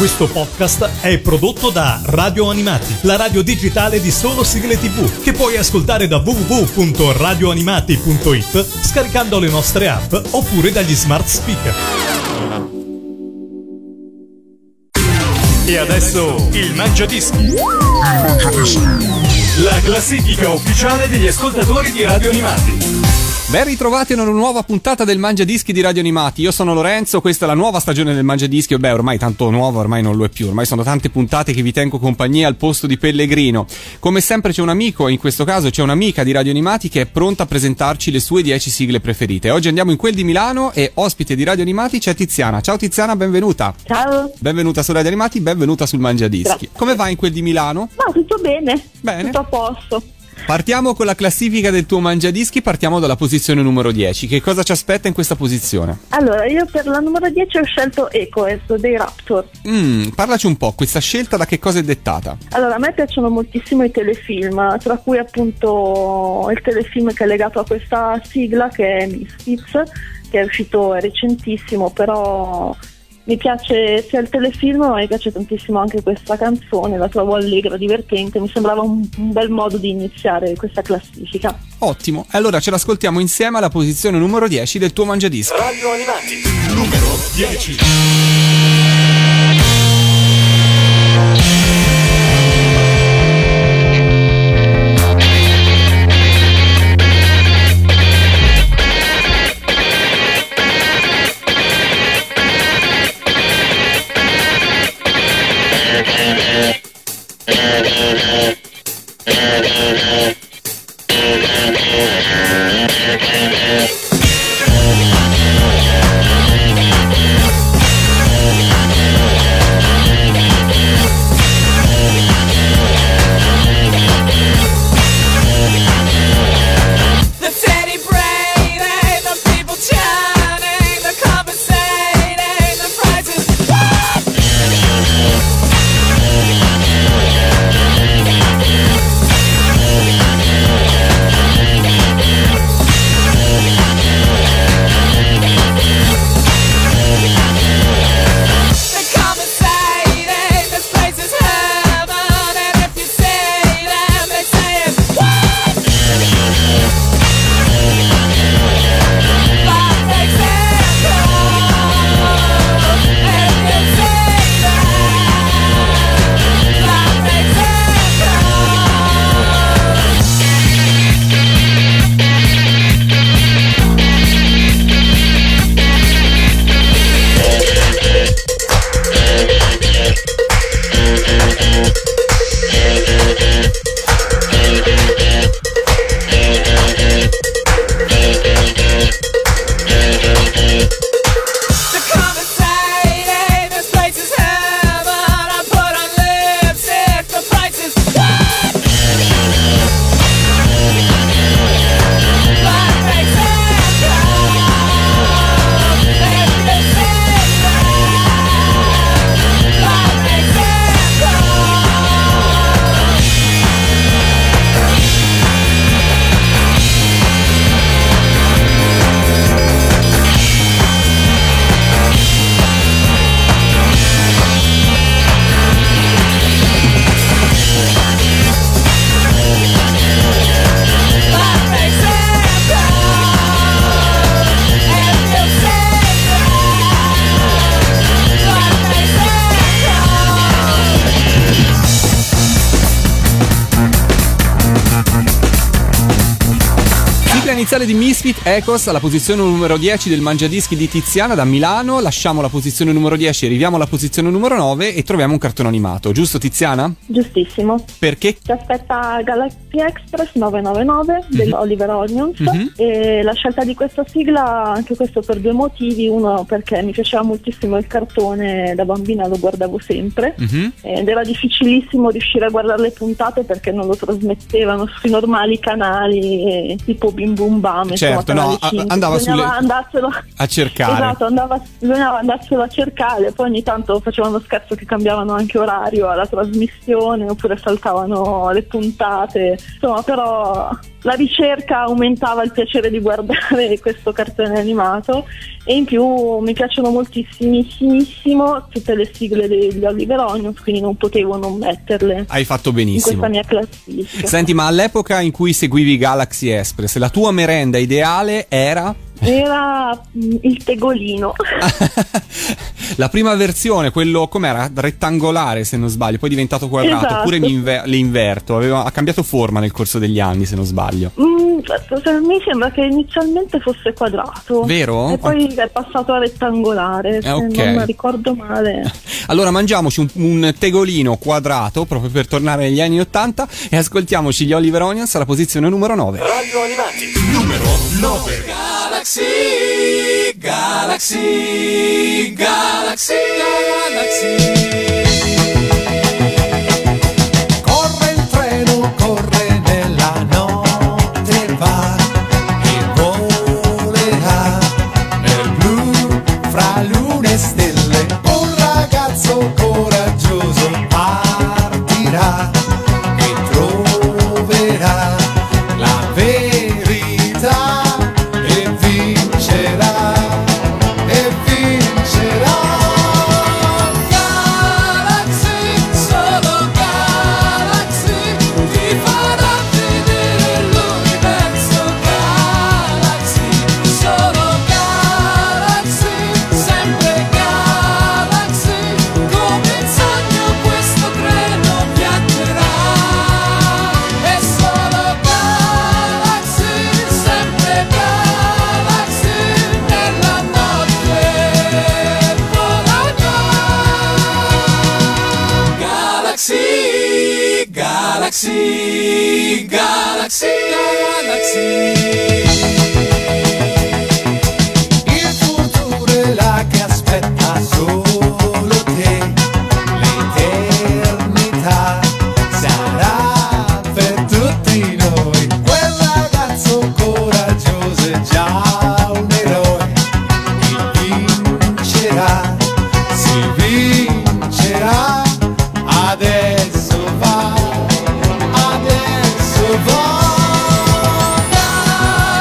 Questo podcast è prodotto da Radio Animati, la radio digitale di solo sigle TV, che puoi ascoltare da www.radioanimati.it scaricando le nostre app oppure dagli smart speaker. E adesso il Mangiadischi. La classifica ufficiale degli ascoltatori di Radio Animati. Ben ritrovati a una nuova puntata del Mangiadischi di Radio Animati. Io sono Lorenzo, questa è la nuova stagione del Mangiadischi. Beh, ormai tanto nuovo, ormai non lo è più. Ormai sono tante puntate che vi tengo compagnia al posto di Pellegrino. Come sempre c'è un amico, in questo caso c'è un'amica di Radio Animati che è pronta a presentarci le sue 10 sigle preferite. Oggi andiamo in quel di Milano e ospite di Radio Animati c'è Tiziana. Ciao Tiziana, benvenuta. Ciao. Benvenuta su Radio Animati, benvenuta sul Mangiadischi. Grazie. Come va in quel di Milano? No, tutto bene. Bene. Tutto a posto. Partiamo con la classifica del tuo Mangiadischi, partiamo dalla posizione numero 10. Che cosa ci aspetta in questa posizione? Allora, io per la numero 10 ho scelto EcoES dei Raptor. Parlaci un po', questa scelta da che cosa è dettata? Allora, a me piacciono moltissimo i telefilm, tra cui appunto il telefilm che è legato a questa sigla, che è Misfits, che è uscito recentissimo, però mi piace sia il telefilm, ma mi piace tantissimo anche questa canzone, la trovo allegra, divertente, mi sembrava un bel modo di iniziare questa classifica. Ottimo, allora ce l'ascoltiamo insieme alla posizione numero 10 del tuo Mangiadischi. Radio Animati, numero 10. Iniziale di Misfit, Ecos alla posizione numero 10 del Mangiadischi di Tiziana da Milano. Lasciamo la posizione numero 10, arriviamo alla posizione numero 9 e troviamo un cartone animato, giusto Tiziana? Giustissimo. Perché? Ci aspetta Galaxy Express 999 dell'Oliver Onions e la scelta di questa sigla, anche questo per due motivi. Uno, perché mi piaceva moltissimo il cartone, da bambina lo guardavo sempre ed era difficilissimo riuscire a guardare le puntate perché non lo trasmettevano sui normali canali tipo Bim Bum Bombame. Certo, insomma, no, andava andarselo a cercare. Esatto, bisognava andarselo a cercare, poi ogni tanto facevano scherzo che cambiavano anche orario alla trasmissione oppure saltavano le puntate, insomma, però la ricerca aumentava il piacere di guardare questo cartone animato, e in più mi piacciono moltissimissimo tutte le sigle degli Oliver Onions, quindi non potevo non metterle. Hai fatto in benissimo. questa mia classifica. Senti, ma all'epoca in cui seguivi Galaxy Express, la tua merenda ideale era? Era il tegolino. La prima versione, quello com'era? Rettangolare, se non sbaglio, poi è diventato quadrato. Esatto. Oppure le inverto, ha cambiato forma nel corso degli anni, se non sbaglio. Mi sembra che inizialmente fosse quadrato, Vero? e poi è passato a rettangolare, se ok. non ricordo male. Allora mangiamoci un tegolino quadrato, proprio per tornare agli anni 80, e ascoltiamoci gli Oliver Onions alla posizione numero 9. Radio Animati, numero 9. Galaxy, Galaxy, Galaxy, Galaxy. Corre il treno, corre nella notte, va e volerà nel blu fra lune e stelle. Un ragazzo coraggioso partirà e troverà la verità. Galaxy, Galaxy, Galaxy. Il futuro è là che aspetta solo te, l'eternità sarà per tutti noi. Quel ragazzo coraggioso è già un eroe, vincerà, si vincerà, adesso va.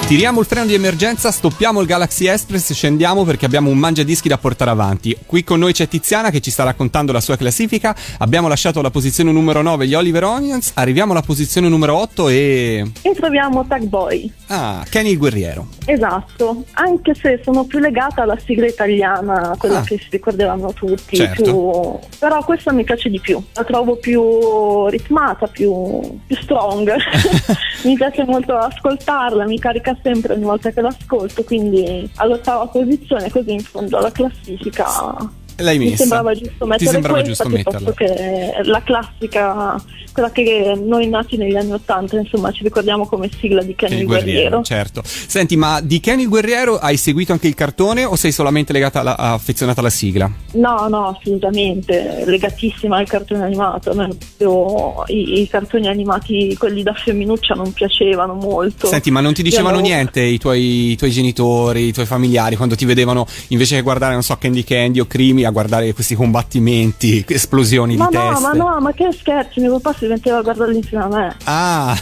Tiriamo il freno di emergenza, stoppiamo il Galaxy Express, scendiamo perché abbiamo un mangiadischi da portare avanti. Qui con noi c'è Tiziana che ci sta raccontando la sua classifica. Abbiamo lasciato la posizione numero 9 gli Oliver Onions, arriviamo alla posizione numero 8 e troviamo Tag Boy. Ah, Kenny il Guerriero. Esatto, anche se sono più legata alla sigla italiana, quella che si ricordavano tutti, certo. Però questa mi piace di più, la trovo più ritmata, più strong. Mi piace molto ascoltarla, mi carica sempre ogni volta che l'ascolto, quindi all'8ª posizione, così in fondo alla classifica. L'hai messa. Mi sembrava giusto mettere questa piuttosto che la classica, quella che noi nati negli anni '80, insomma, ci ricordiamo come sigla di Kenny il Guerriero. Certo. Senti, ma di Kenny il Guerriero hai seguito anche il cartone o sei solamente legata affezionata alla sigla? No, assolutamente, legatissima al cartone animato. A me i cartoni animati, quelli da femminuccia, non piacevano molto. Senti, ma non ti dicevano niente i tuoi genitori, i tuoi familiari, quando ti vedevano invece che guardare, non so, Candy o Crimi, a guardare questi combattimenti, esplosioni di teste? Ma che scherzi, mio papà si metteva a guardarli insieme a me. Ah!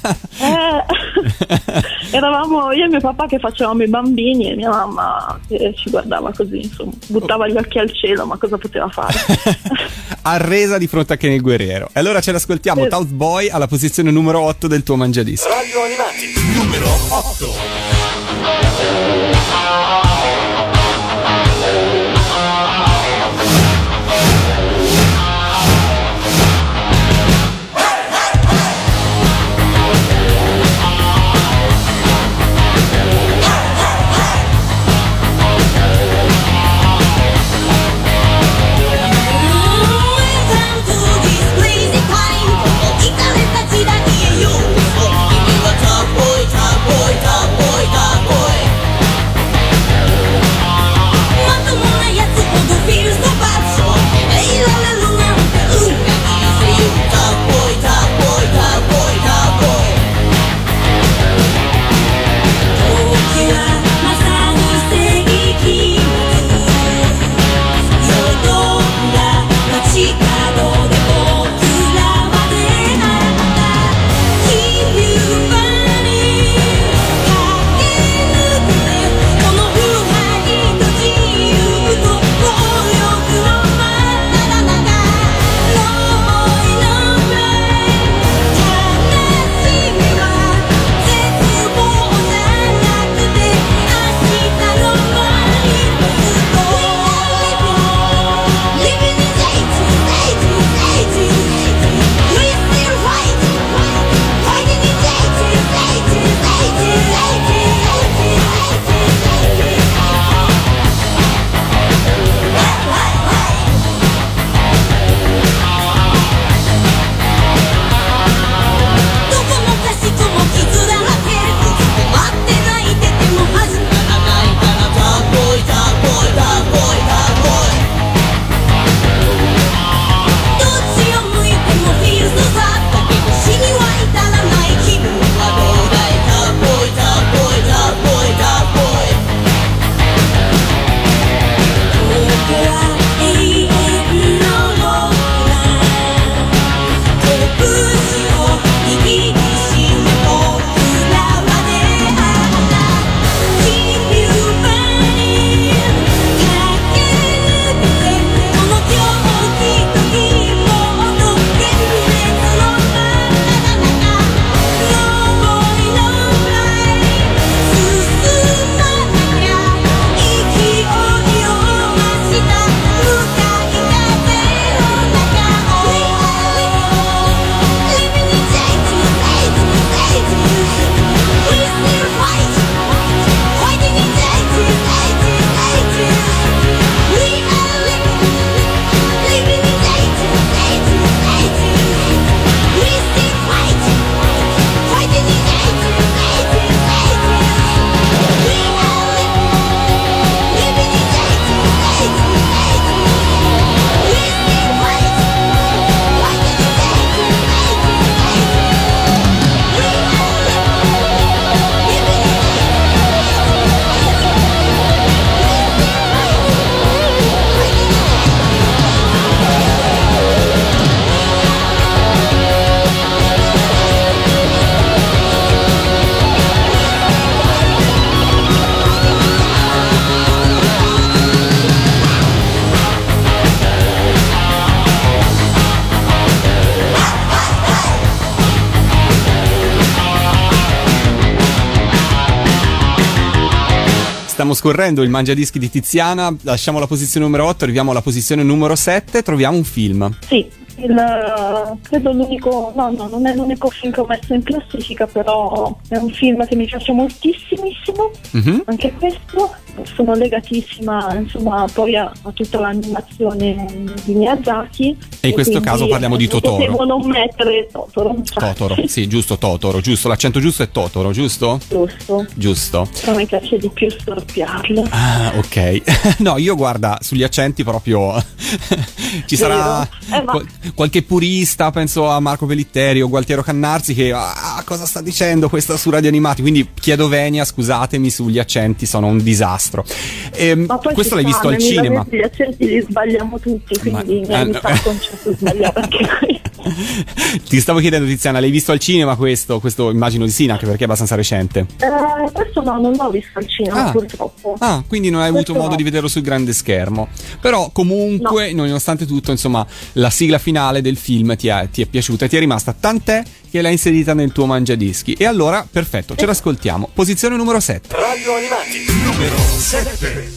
Eravamo io e mio papà che facevamo i bambini e mia mamma che ci guardava così, insomma, buttava gli occhi al cielo, ma cosa poteva fare? Arresa di fronte a Kenny il Guerriero. E allora ce l'ascoltiamo, Tout Boy alla posizione numero 8 del tuo mangiadischi. Radio Animati, numero 8. Top boy, top boy, top boy. Stiamo scorrendo il Mangiadischi di Tiziana, lasciamo la posizione numero 8, arriviamo alla posizione numero 7, troviamo un film. Sì, credo l'unico, no, non è l'unico film che ho messo in classifica, però è un film che mi piace moltissimissimo, anche questo. Sono legatissima, insomma, poi a tutta l'animazione di Miyazaki. E in questo caso parliamo di Totoro. Potevo non mettere Totoro. Totoro, sì, giusto, Totoro, giusto, l'accento giusto è Totoro, giusto? Giusto. Però mi piace di più storpiarlo. Ah, ok. No, io guarda, sugli accenti proprio ci sarà qualche purista, penso a Marco Pellitteri o Gualtiero Cannarzi, che cosa sta dicendo questa su Radio Animati, quindi chiedo venia, scusatemi, sugli accenti sono un disastro. Ma poi questo l'hai visto al cinema? Gli accenti li sbagliamo tutti, quindi mi aiuta il concetto sbagliato anche qui. Ti stavo chiedendo, Tiziana, l'hai visto al cinema questo immagino di sì, anche perché è abbastanza recente. Questo no, non l'ho visto al cinema, purtroppo. Quindi non hai avuto modo di vederlo sul grande schermo. Però comunque, nonostante tutto, insomma, la sigla finale del film ti è piaciuta, ti è rimasta, tant'è che l'hai inserita nel tuo Mangiadischi. E allora, perfetto, ce l'ascoltiamo. Posizione numero 7. Radio Animati, numero 7.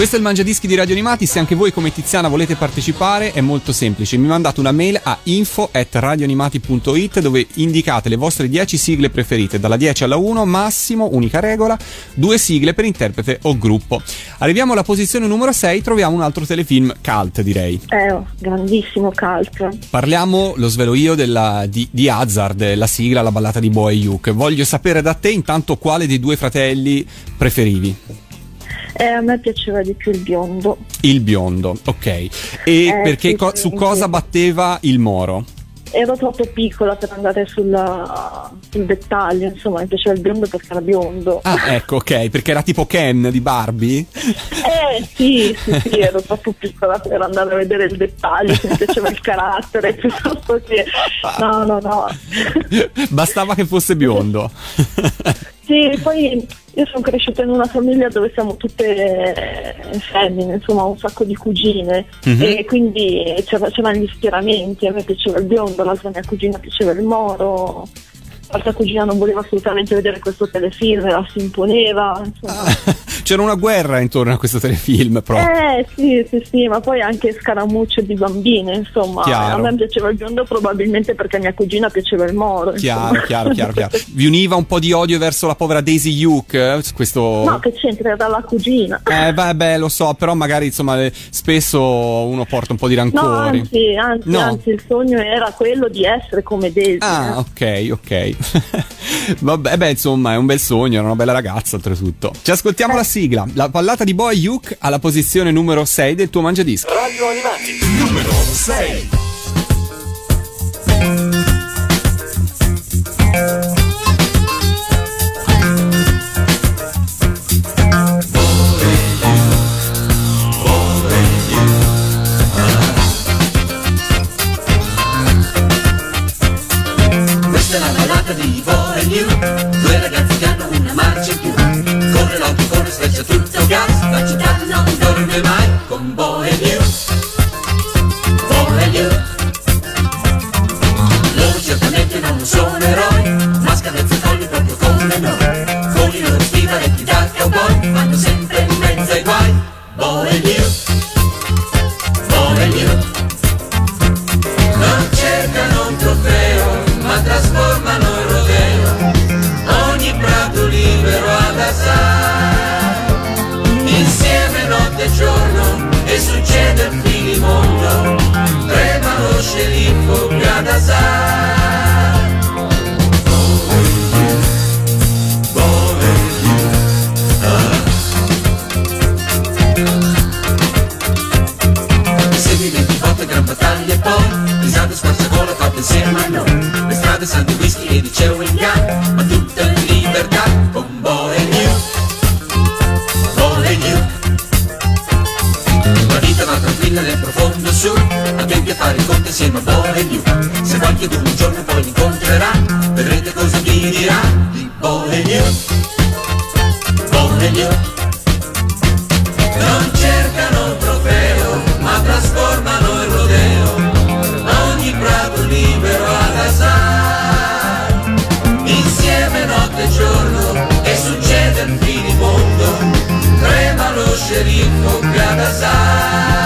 Questo è il Mangiadischi di Radio Animati. Se anche voi come Tiziana volete partecipare è molto semplice, mi mandate una mail a info@radioanimati.it dove indicate le vostre 10 sigle preferite, dalla 10 alla 1, massimo, unica regola, 2 sigle per interprete o gruppo. Arriviamo alla posizione numero 6, troviamo un altro telefilm cult, direi. Grandissimo cult. Parliamo, lo svelo io, di Hazard, la sigla, la ballata di Bo e Hugh. Voglio sapere da te intanto quale dei due fratelli preferivi. A me piaceva di più il biondo. Il biondo, ok. E perché sì, su cosa batteva il Moro? Ero troppo piccola per andare sul dettaglio, insomma, mi piaceva il biondo perché era biondo. Ah, ecco, ok, perché era tipo Ken di Barbie? Sì, ero troppo piccola per andare a vedere il dettaglio, se mi piaceva il carattere, piuttosto che... No. Bastava che fosse biondo. Sì, poi io sono cresciuta in una famiglia dove siamo tutte femmine, insomma, un sacco di cugine, e quindi c'erano gli schieramenti. A me piaceva il biondo, l'altra mia cugina piaceva il Moro, l'altra cugina non voleva assolutamente vedere questo telefilm, si imponeva, insomma. C'era una guerra intorno a questo telefilm proprio. Sì, ma poi anche scaramucce di bambine, insomma. Chiaro. A me piaceva il biondo probabilmente perché a mia cugina piaceva il Moro. Chiaro. Vi univa un po' di odio verso la povera Daisy Hugh? Questo... No, che c'entra dalla cugina. Beh, lo so, però magari insomma spesso uno porta un po' di rancori. No, anzi, il sogno era quello di essere come Daisy. Ah, ok. Vabbè, insomma, è un bel sogno, era una bella ragazza oltretutto. Ci ascoltiamo la sigla, la ballata di Bo e Hugh alla posizione numero 6 del tuo Mangiadischi. Radio Animati, numero 6. Questa è la ballata di Bo e Hugh, due ragazzi che hanno una marcia in più. Corre l'auto, corre, sfreccia tutto gas, la città non dorme mai con Bo e Hugh. Bo e Hugh. Loro certamente non sono eroi, ma scavezzatori proprio come noi. Con i loro stivaletti da cowboy, vanno sempre in mezzo ai guai. Bo e Hugh. Bo e Hugh. Non cercano un trofeo, ma trasformano il rodeo, ogni prato libero ad assai, insieme notte e giorno, e succede il finimondo, trema lo sceriffo Gadasai. Segui 20 volte gran battaglia e poi risate spazzagola fatte insieme a noi. Le strade sanno di whisky e di chewing gum, ma tutta in libertà con Bo e Hugh. Bo e Hugh. La vita va tranquilla nel profondo sud, attenti a fare i conti insieme a Bo e Hugh. Se qualche un giorno poi li incontrerà, vedrete cosa vi dirà di Bo e Hugh. Bo e Hugh. Non cercano un trofeo, ma trasformano il rodeo, ogni prato libero ad assai, insieme notte e giorno, e succede il finimondo, trema lo sceriffo Gadasai.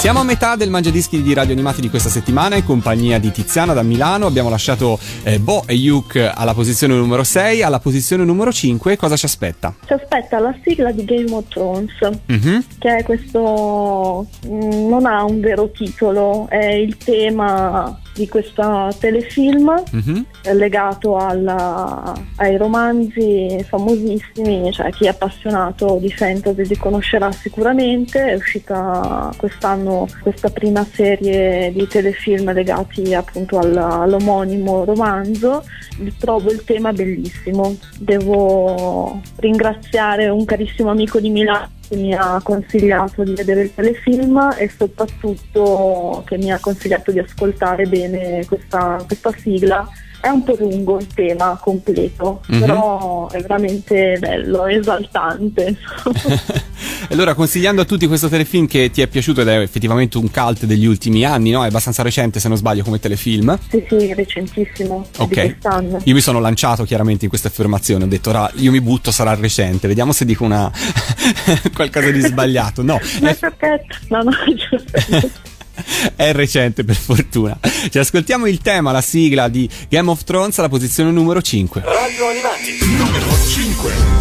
Siamo a metà del Mangiadischi di Radio Animati di questa settimana in compagnia di Tiziana da Milano. Abbiamo lasciato Bo e Yuk alla posizione numero 6. Alla posizione numero 5 cosa ci aspetta? Ci aspetta la sigla di Game of Thrones, che è questo, non ha un vero titolo, è il tema di questo telefilm legato ai romanzi famosissimi, cioè chi è appassionato di fantasy li conoscerà sicuramente. È uscita quest'anno questa prima serie di telefilm legati appunto all'omonimo romanzo. Trovo il tema bellissimo, devo ringraziare un carissimo amico di Milano che mi ha consigliato di vedere il telefilm e soprattutto che mi ha consigliato di ascoltare bene questa sigla. È un po' lungo il tema completo, però è veramente bello, esaltante. Allora, consigliando a tutti questo telefilm che ti è piaciuto ed è effettivamente un cult degli ultimi anni, no? È abbastanza recente, se non sbaglio, come telefilm. Sì, recentissimo, ok, di quest'anno. Io mi sono lanciato chiaramente in questa affermazione, ho detto ora io mi butto, sarà recente, vediamo se dico una qualcosa di sbagliato. No, No, giusto. È recente, per fortuna. Ci ascoltiamo il tema, la sigla di Game of Thrones alla posizione numero 5. Radio Animati, numero 5.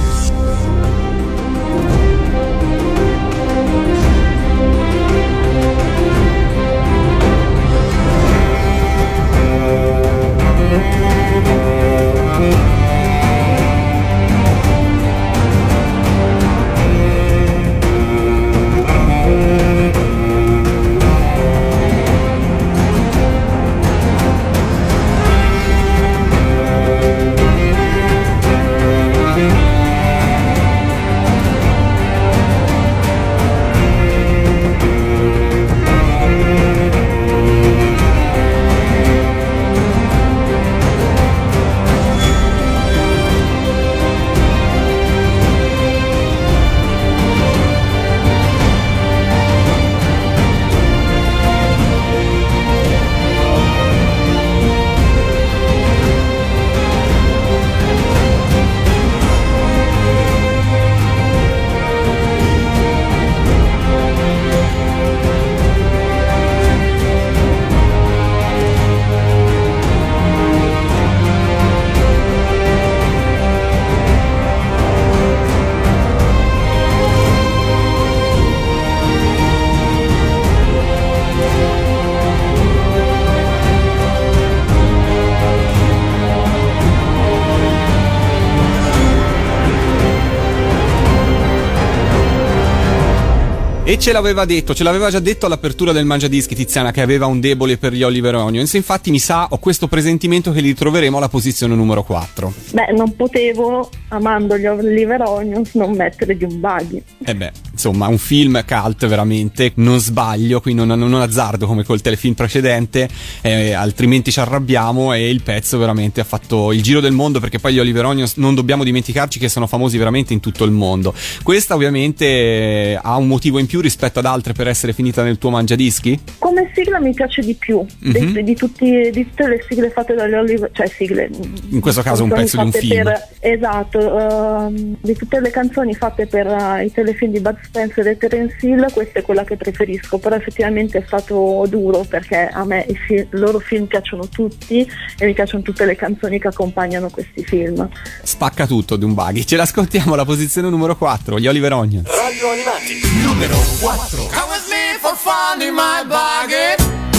E ce l'aveva già detto all'apertura del Mangiadischi Tiziana che aveva un debole per gli Oliver Onions. Infatti mi sa, ho questo presentimento che li troveremo alla posizione numero 4. Beh, non potevo, amando gli Oliver Onions, non mettere di un buggy. Insomma, un film cult veramente, non sbaglio, qui non azzardo come col telefilm precedente, altrimenti ci arrabbiamo, e il pezzo veramente ha fatto il giro del mondo, perché poi gli Oliver Onions non dobbiamo dimenticarci che sono famosi veramente in tutto il mondo. Questa ovviamente ha un motivo in più rispetto ad altre per essere finita nel tuo Mangiadischi? Come sigla mi piace di più di tutte le sigle fatte dagli Oliver, cioè sigle, in questo caso un pezzo di un film, esatto, di tutte le canzoni fatte per i telefilm di Bud Spencer e Terence Hill, questa è quella che preferisco, però effettivamente è stato duro perché a me i loro film piacciono tutti e mi piacciono tutte le canzoni che accompagnano questi film. Spacca tutto di un buggy. Ce l'ascoltiamo alla posizione numero 4, gli Oliver Onions. Radio Animati, numero 4. Come with me for fun in my buggy.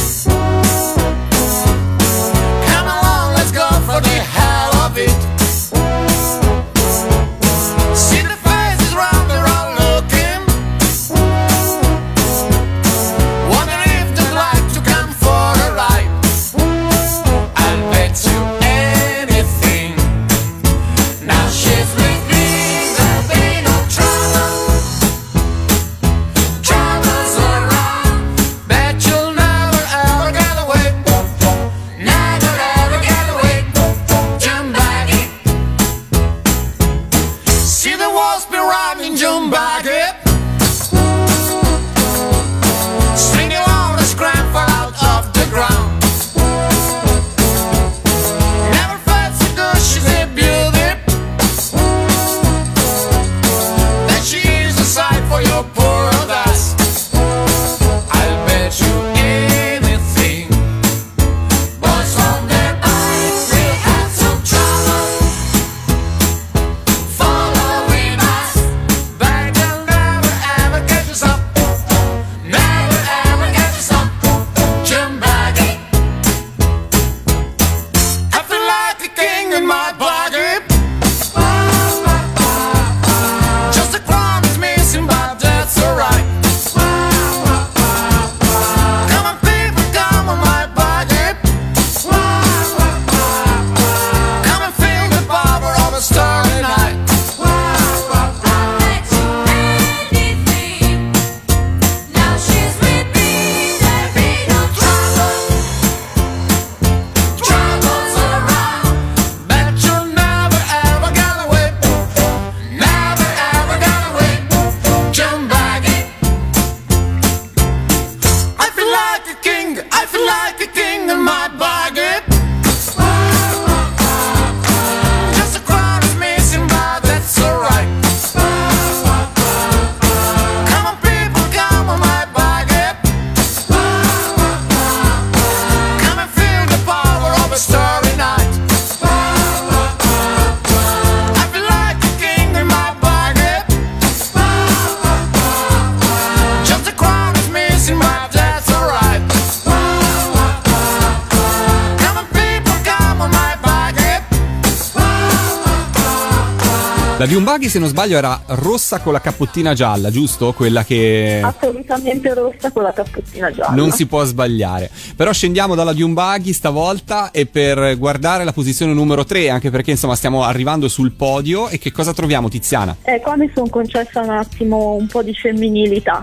Come along, let's go for the hell of it. See the faces round, they're all looking. Wondering if they'd like to come for a ride. I'll bet you anything. Now she's with me, there'll be no trouble. Trouble's around, bet you'll never my pocket. Just a crown is missing, but that's alright. Come on, people, come on my pocket. Come and feel the power of a starry night. La di un buggy, se non sbaglio, era rossa con la cappottina gialla, giusto? Quella che... Assolutamente rossa con la cappottina gialla. Non si può sbagliare. Però scendiamo dalla di un buggy stavolta e per guardare la posizione numero 3, anche perché insomma stiamo arrivando sul podio. E che cosa troviamo, Tiziana? Qua mi sono concessa un attimo un po' di femminilità.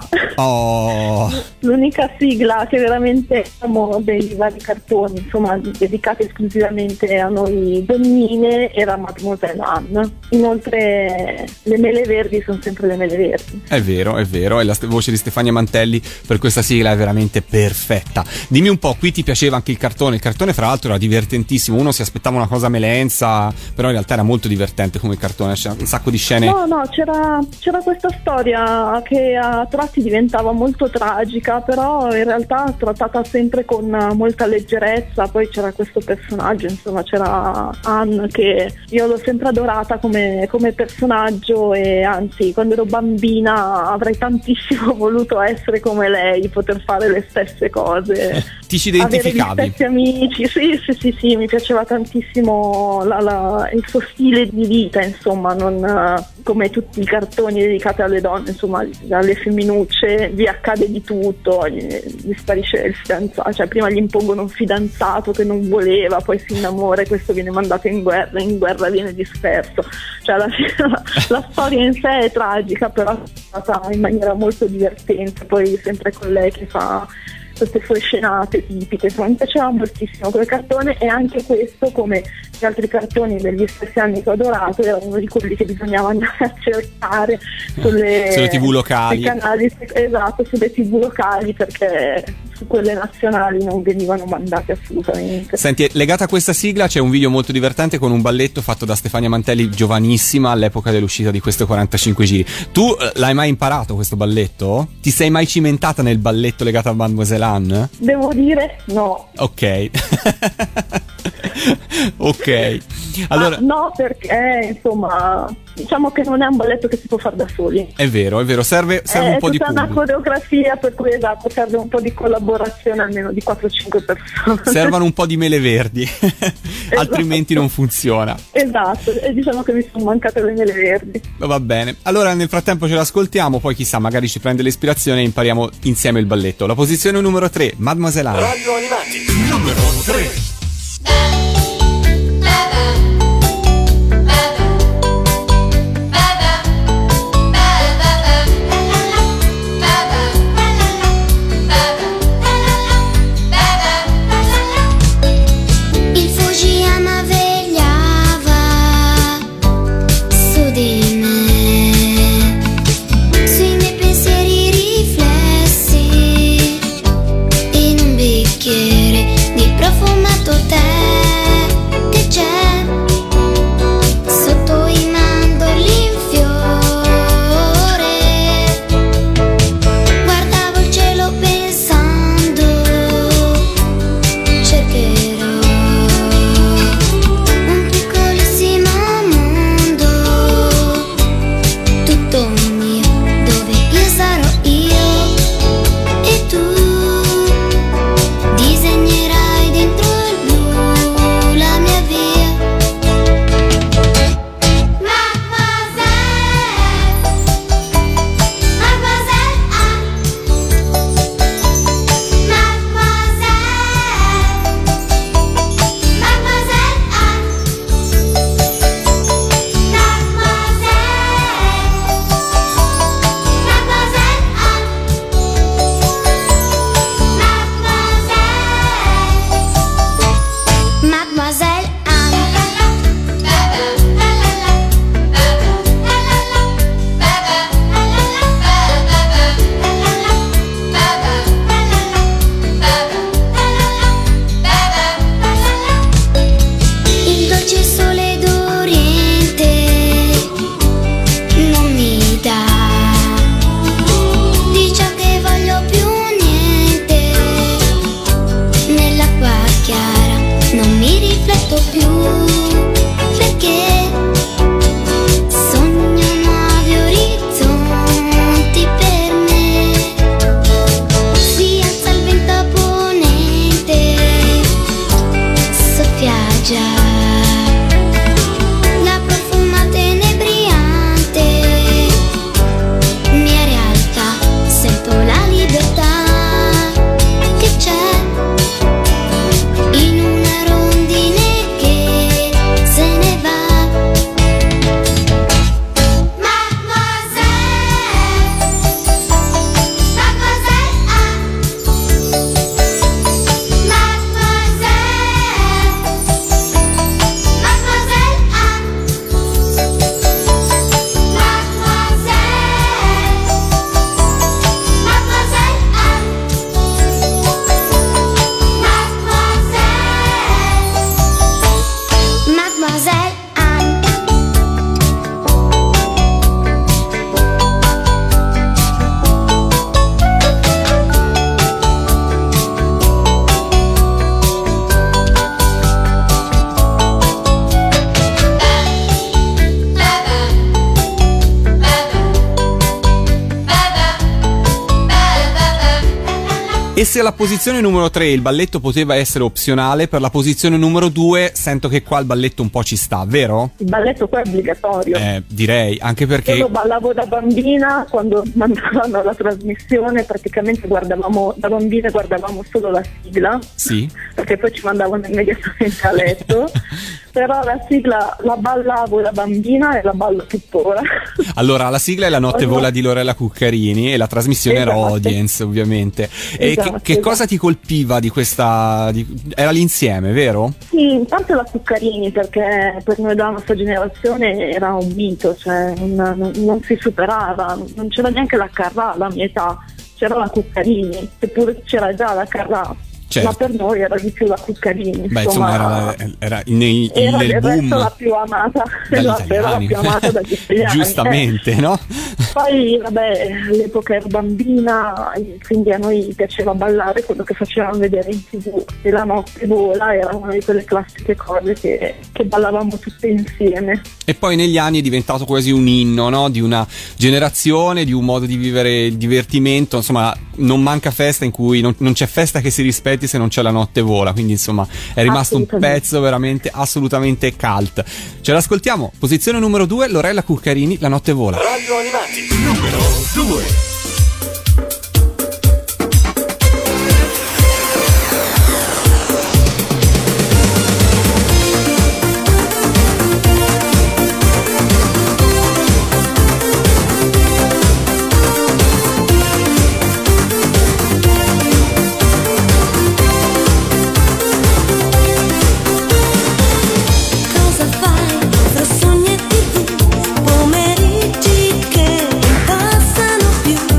Oh. L'unica sigla che veramente amo dei vari cartoni, insomma, dedicati esclusivamente a noi donnine, era Mademoiselle Anne. Inoltre le mele verdi sono sempre le mele verdi. È vero, e la voce di Stefania Mantelli per questa sigla è veramente perfetta. Dimmi un po', qui ti piaceva anche il cartone fra l'altro era divertentissimo, uno si aspettava una cosa melenza, però in realtà era molto divertente come cartone, c'era un sacco di scene. No, c'era questa storia che a tratti diventava molto tragica, però in realtà trattata sempre con molta leggerezza. Poi c'era questo personaggio, insomma c'era Anne, che io l'ho sempre adorata come personaggio, e anzi quando ero bambina avrei tantissimo voluto essere come lei, poter fare le stesse cose, ti ci identificavi? Avere gli stessi amici, sì, mi piaceva tantissimo il suo stile di vita, insomma, non come tutti i cartoni dedicati alle donne, insomma, alle femminucce gli accade di tutto, gli sparisce il fidanzato, cioè prima gli impongono un fidanzato che non voleva, poi si innamora e questo viene mandato in guerra viene disperso, cioè la storia in sé è tragica, però è fatta in maniera molto divertente, poi sempre con lei che fa queste sue scenate tipiche. Insomma, mi piaceva moltissimo quel cartone, e anche questo, come gli altri cartoni degli stessi anni che ho adorato, era uno di quelli che bisognava andare a cercare sulle TV locali, sui canali, esatto, sulle TV locali, perché su quelle nazionali non venivano mandate assolutamente. Senti, legata a questa sigla c'è un video molto divertente con un balletto fatto da Stefania Mantelli, giovanissima all'epoca dell'uscita di questo 45 giri. Tu l'hai mai imparato questo balletto? Ti sei mai cimentata nel balletto legato a Mademoiselle Anne? Devo dire no. Ok. Ok. Allora, no, perché insomma, diciamo che non è un balletto che si può fare da soli. È vero, serve un po' di pubblico. È una coreografia, per cui esatto, serve un po' di collaborazione, almeno di 4-5 persone. Servono un po' di mele verdi, esatto. Altrimenti non funziona. Esatto, e diciamo che mi sono mancate le mele verdi. Va bene, allora nel frattempo ce l'ascoltiamo, poi chissà, magari ci prende l'ispirazione e impariamo insieme il balletto. La posizione numero 3, Mademoiselle Anne. Radio Animati, numero 3. Di profumato tè perché sogno nuovi orizzonti per me. Si alza il vento a ponente, soffia già la profumata inebriante, mia realtà, sento la libertà che c'è in una rondine che se ne va. Mademoiselle, mademoiselle, ah. Mademoiselle, mademoiselle, ah. Mademoiselle, mademoiselle, ah. Mademoiselle Anne. E se alla posizione numero 3 il balletto poteva essere opzionale, per la posizione numero 2 sento che qua il balletto un po' ci sta, vero? Il balletto qua è obbligatorio. Direi, anche Io perché... lo ballavo da bambina, quando mandavano la trasmissione praticamente guardavamo, da bambine guardavamo solo la sigla, Sì. perché poi ci mandavano immediatamente a letto, però la sigla la ballavo da bambina e la ballo tuttora. Allora, la sigla è La notte vola di Lorella Cuccarini e la trasmissione era Esatto. Audience, ovviamente. E Esatto, che cosa ti colpiva di questa... Era l'insieme, vero? Sì, in parte la Cuccarini, perché per noi della nostra generazione era un mito, cioè non si superava, non c'era neanche la Carrà alla mia età, c'era la Cuccarini, seppure c'era già la Carrà. Certo. Ma per noi era di più la Cuccarini. Beh, insomma, era nel era del boom resto la più amata, dagli esatto, era la italiani. più amata dagli italiani. Giustamente, no? Poi, vabbè, all'epoca ero bambina, quindi a noi piaceva ballare quello che facevamo vedere in TV. E La notte vola era una di quelle classiche cose che ballavamo tutte insieme. E poi negli anni è diventato quasi un inno, no? Di una generazione, di un modo di vivere il divertimento. Insomma, non manca festa in cui non c'è festa che si rispetti se non c'è La notte vola. Quindi, insomma, è rimasto un pezzo veramente assolutamente cult. Ce l'ascoltiamo. Posizione numero 2, Lorella Cuccarini, La notte vola. Radio Animati, numero 2. Cosa fai fra sogni e TV, pomeriggi che non passano più?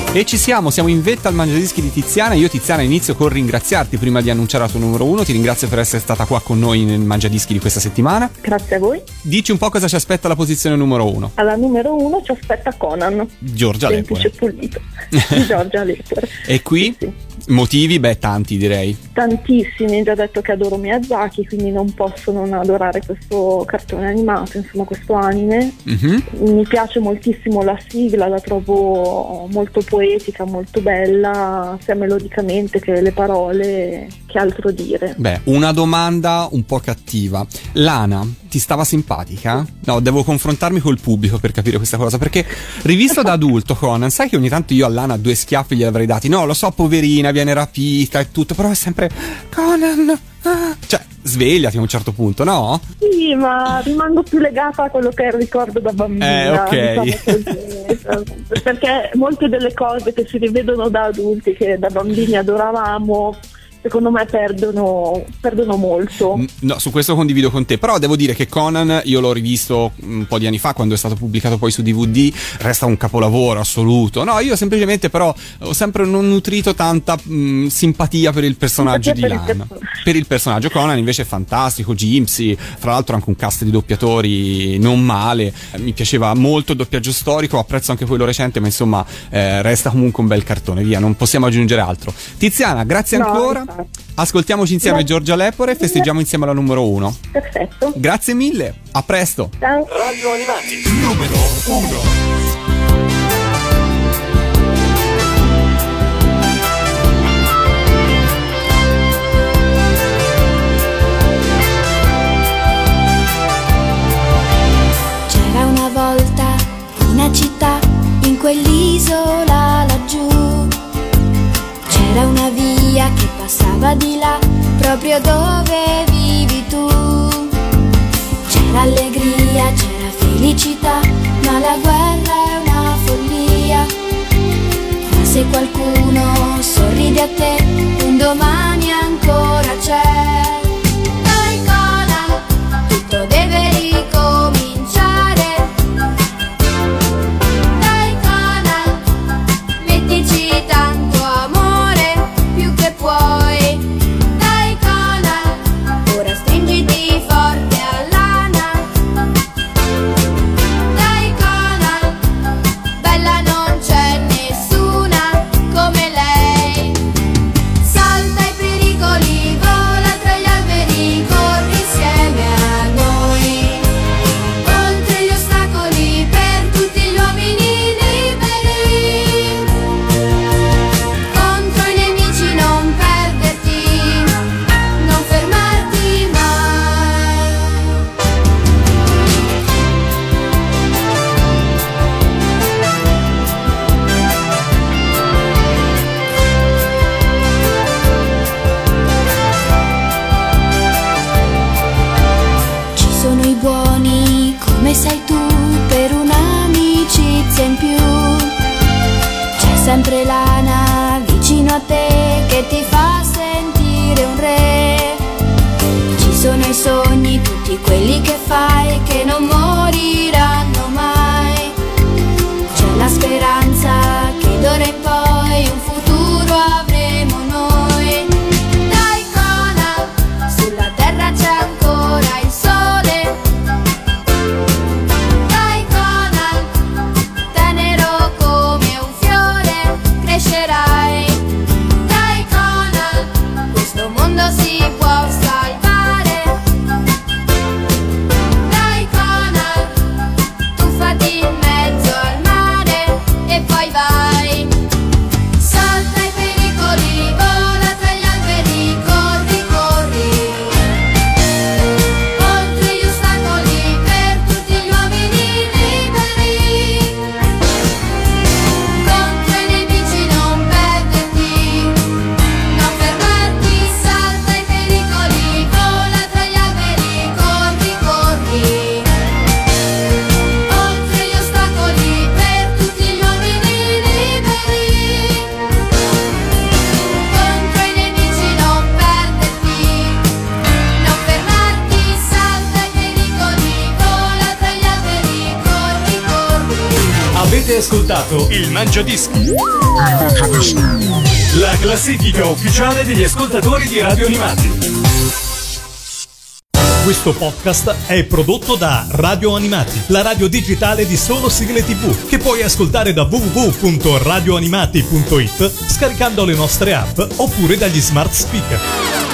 E siamo in vetta al Mangiadischi di Tiziana. Io, Tiziana, inizio con ringraziarti prima di annunciare la tua numero 1. Ti ringrazio per essere stata qua con noi nel Mangiadischi di questa settimana. Grazie a voi. Dici un po' cosa ci aspetta alla posizione numero 1. Alla numero 1 ci aspetta Conan, Giorgia semplice e Lepore. pulito, di Giorgia Lepore. E qui? Sì. Motivi? Beh, tanti direi. Tantissimi, già detto che adoro Miyazaki, quindi non posso non adorare questo cartone animato, insomma questo anime. Mi piace moltissimo la sigla, la trovo molto poetica, molto bella, sia melodicamente che le parole, che altro dire. Beh, una domanda un po' cattiva. Lana, ti stava simpatica? No, devo confrontarmi col pubblico per capire questa cosa, perché rivisto da adulto Conan, sai che ogni tanto io a Lana 2 schiaffi glieli avrei dati. No, lo so, poverina, viene rapita e tutto, però è sempre Conan. Cioè, svegliati a un certo punto, no? Sì, ma rimango più legata a quello che è il ricordo da bambina. Ok. Diciamo così. Perché molte delle cose che si rivedono da adulti, che da bambini adoravamo, secondo me perdono molto. No, su questo condivido con te, però devo dire che Conan io l'ho rivisto un po' di anni fa quando è stato pubblicato poi su DVD, resta un capolavoro assoluto. No, io semplicemente però ho sempre non nutrito tanta simpatia per il personaggio di Lana. Per il personaggio Conan invece è fantastico, Gypsy, fra l'altro anche un cast di doppiatori non male, mi piaceva molto il doppiaggio storico, apprezzo anche quello recente, ma insomma resta comunque un bel cartone, via, non possiamo aggiungere altro. Tiziana, grazie ancora. Ascoltiamoci insieme Giorgia Lepore e festeggiamo insieme la numero 1. Perfetto. Grazie mille, a presto. Ciao. Radio Animati, numero 1. C'era una volta una città in quell'isola laggiù. C'era una via che passava di là, proprio dove vivi tu. C'era allegria, c'era felicità, ma la guerra è una follia. Ma se qualcuno sorride a te, un domani ancora c'è. Dai Conan, tutto deve ricominciare. Dai Conan, mettici tanto amore, più che puoi. Dai Conan, ora stringiti forte a Lana. Dai Conan, bella non c'è nessuna come lei. Salta i pericoli, vola tra gli alberi, corri insieme a noi. Oltre gli ostacoli per tutti gli uomini liberi. Contro i nemici non perderti, non fermarti mai. Ci sono i buoni, come sei tu, per un'amicizia in più. C'è sempre Lana vicino a te che ti fa sentire un re. Ci sono i sogni, tutti quelli che fai, che non moriranno mai. C'è la speranza che d'ora in poi un futuro avremo noi. Dai Conan, sulla terra c'è ancora il sole. Dai Conan, tenero come un fiore, crescerai. Dai Conan, questo mondo si può salvare. Dai Conan, ascoltato il Mangiadischi. La classifica ufficiale degli ascoltatori di Radio Animati. Questo podcast è prodotto da Radio Animati, la radio digitale di solo sigle TV, che puoi ascoltare da www.radioanimati.it scaricando le nostre app oppure dagli smart speaker.